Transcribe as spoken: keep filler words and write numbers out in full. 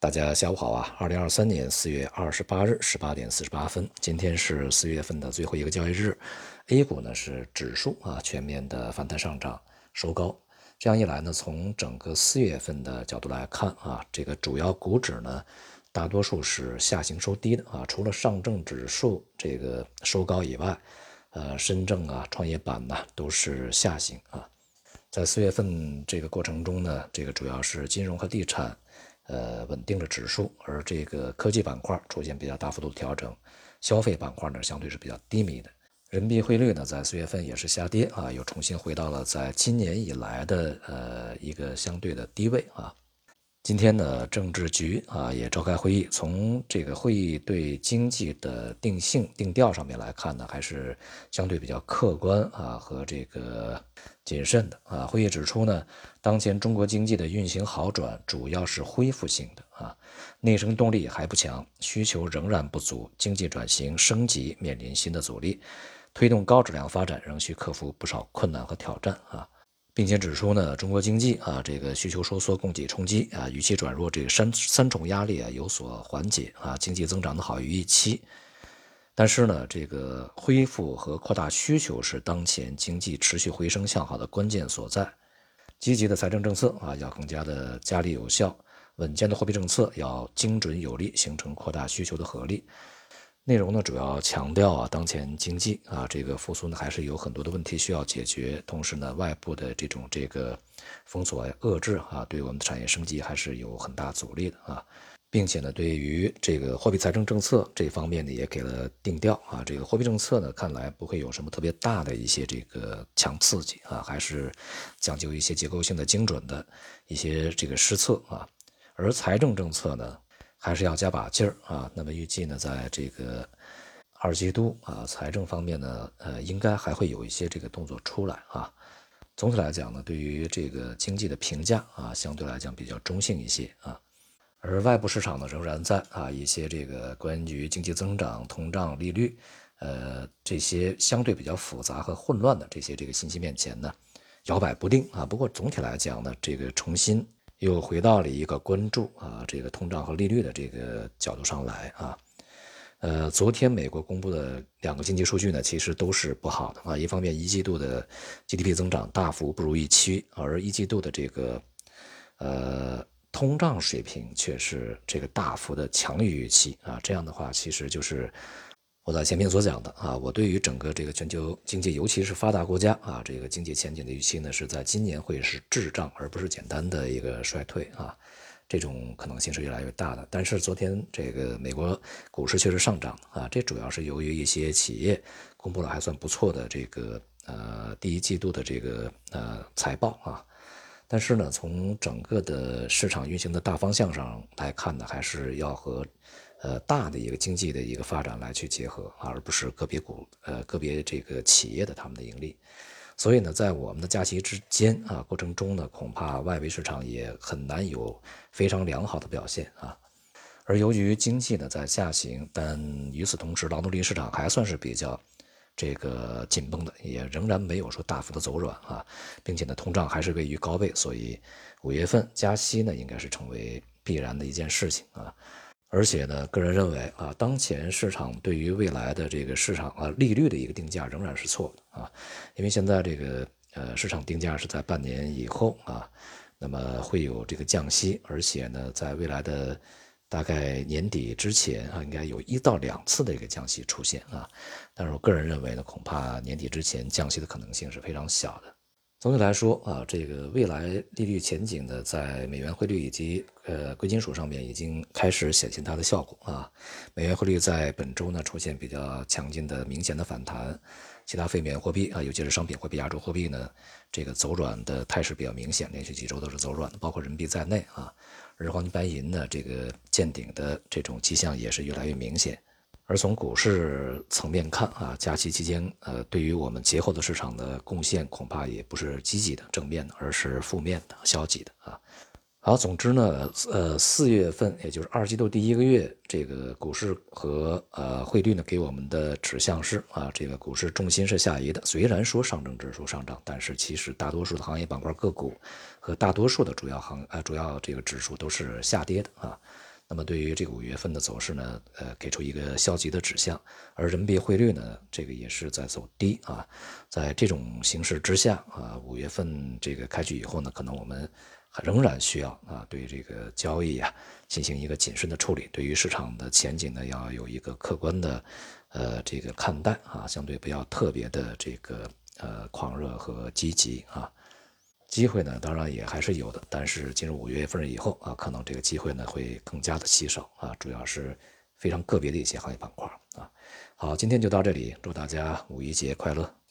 大家下午好啊！二零二三年四月二十八日十八点四十八分，今天是四月份的最后一个交易日，A 股呢是指数啊全面的反弹上涨收高。这样一来呢，从整个四月份的角度来看啊，这个主要股指呢大多数是下行收低的啊，除了上证指数这个收高以外，呃，深证啊、创业板呢都是下行啊。在四月份这个过程中呢，这个主要是金融和地产。呃，稳定的指数，而这个科技板块出现比较大幅度的调整，消费板块呢相对是比较低迷的。人民币汇率呢在四月份也是下跌啊，又重新回到了在今年以来的呃一个相对的低位啊。今天呢，政治局啊也召开会议，从这个会议对经济的定性定调上面来看呢，还是相对比较客观啊和这个谨慎的啊。会议指出呢，当前中国经济的运行好转主要是恢复性的啊，内生动力还不强，需求仍然不足，经济转型升级面临新的阻力，推动高质量发展仍需克服不少困难和挑战啊。并且指出呢，中国经济啊，这个需求收缩、供给冲击啊，预期转弱，这个三三重压力啊有所缓解啊，经济增长的好于预期。但是呢，这个恢复和扩大需求是当前经济持续回升向好的关键所在。积极的财政政策啊，要更加的加力有效；稳健的货币政策要精准有力，形成扩大需求的合力。内容呢，主要强调啊，当前经济啊，这个复苏呢，还是有很多的问题需要解决。同时呢，外部的这种这个封锁遏制啊，对我们的产业升级还是有很大阻力的啊。并且呢，对于这个货币财政政策这方面呢，也给了定调啊。这个货币政策呢，看来不会有什么特别大的一些这个强刺激啊，还是讲究一些结构性的、精准的一些这个施策啊。而财政政策呢，还是要加把劲儿啊。那么预计呢，在这个二季度啊，财政方面呢，呃，应该还会有一些这个动作出来啊。总体来讲呢，对于这个经济的评价啊，相对来讲比较中性一些啊。而外部市场呢，仍然在啊一些这个关于经济增长、通胀、利率，呃，这些相对比较复杂和混乱的这些这个信息面前呢，摇摆不定啊。不过总体来讲呢，这个重新又回到了一个关注啊这个通胀和利率的这个角度上来啊。呃，昨天美国公布的两个经济数据呢，其实都是不好的啊。一方面，一季度的 G D P 增长大幅不如预期，而一季度的这个呃通胀水平却是这个大幅的强于预期啊。这样的话，其实就是我在前面所讲的啊，我对于整个这个全球经济，尤其是发达国家啊，这个经济前景的预期呢，是在今年会是滞胀，而不是简单的一个衰退啊。这种可能性是越来越大的。但是昨天这个美国股市确实上涨啊，这主要是由于一些企业公布了还算不错的这个呃第一季度的这个呃财报啊。但是呢，从整个的市场运行的大方向上来看呢，还是要和呃大的一个经济的一个发展来去结合啊，而不是个别股呃个别这个企业的他们的盈利。所以呢，在我们的假期之间啊过程中呢，恐怕外围市场也很难有非常良好的表现啊。而由于经济呢在下行，但与此同时，劳动力市场还算是比较这个紧绷的，也仍然没有说大幅的走软啊，并且呢，通胀还是位于高位，所以五月份加息呢，应该是成为必然的一件事情啊。而且呢，个人认为啊，当前市场对于未来的这个市场啊利率的一个定价仍然是错的啊，因为现在这个呃市场定价是在半年以后啊，那么会有这个降息，而且呢，在未来的大概年底之前啊，应该有一到两次的一个降息出现啊，但是我个人认为呢，恐怕年底之前降息的可能性是非常小的。总体来说啊，这个未来利率前景呢，在美元汇率以及呃贵金属上面已经开始显现它的效果啊。美元汇率在本周呢出现比较强劲的明显的反弹，其他非美元货币啊，尤其是商品货币、亚洲货币呢，这个走软的态势比较明显，连续几周都是走软的，包括人民币在内啊。而黄金、白银呢，这个见顶的这种迹象也是越来越明显。而从股市层面看啊，假期期间，呃，对于我们节后的市场的贡献恐怕也不是积极的、正面的，而是负面的、消极的啊。好，总之呢，呃，四月份也就是二季度第一个月，这个股市和呃汇率呢给我们的指向是啊，这个股市重心是下移的。虽然说上证指数上涨，但是其实大多数的行业板块个股和大多数的主要行呃主要这个指数都是下跌的啊。 那么对于这个五月份的走势呢，呃，给出一个消极的指向，而人民币汇率呢，这个也是在走低啊。在这种形势之下啊，五月份这个开局以后呢，可能我们仍然需要啊对这个交易啊进行一个谨慎的处理，对于市场的前景呢，要有一个客观的呃这个看待啊，相对不要特别的这个呃狂热和积极啊。机会呢，当然也还是有的，但是进入五月份以后啊，可能这个机会呢会更加的稀少啊，主要是非常个别的一些行业板块啊。好，今天就到这里，祝大家五一节快乐。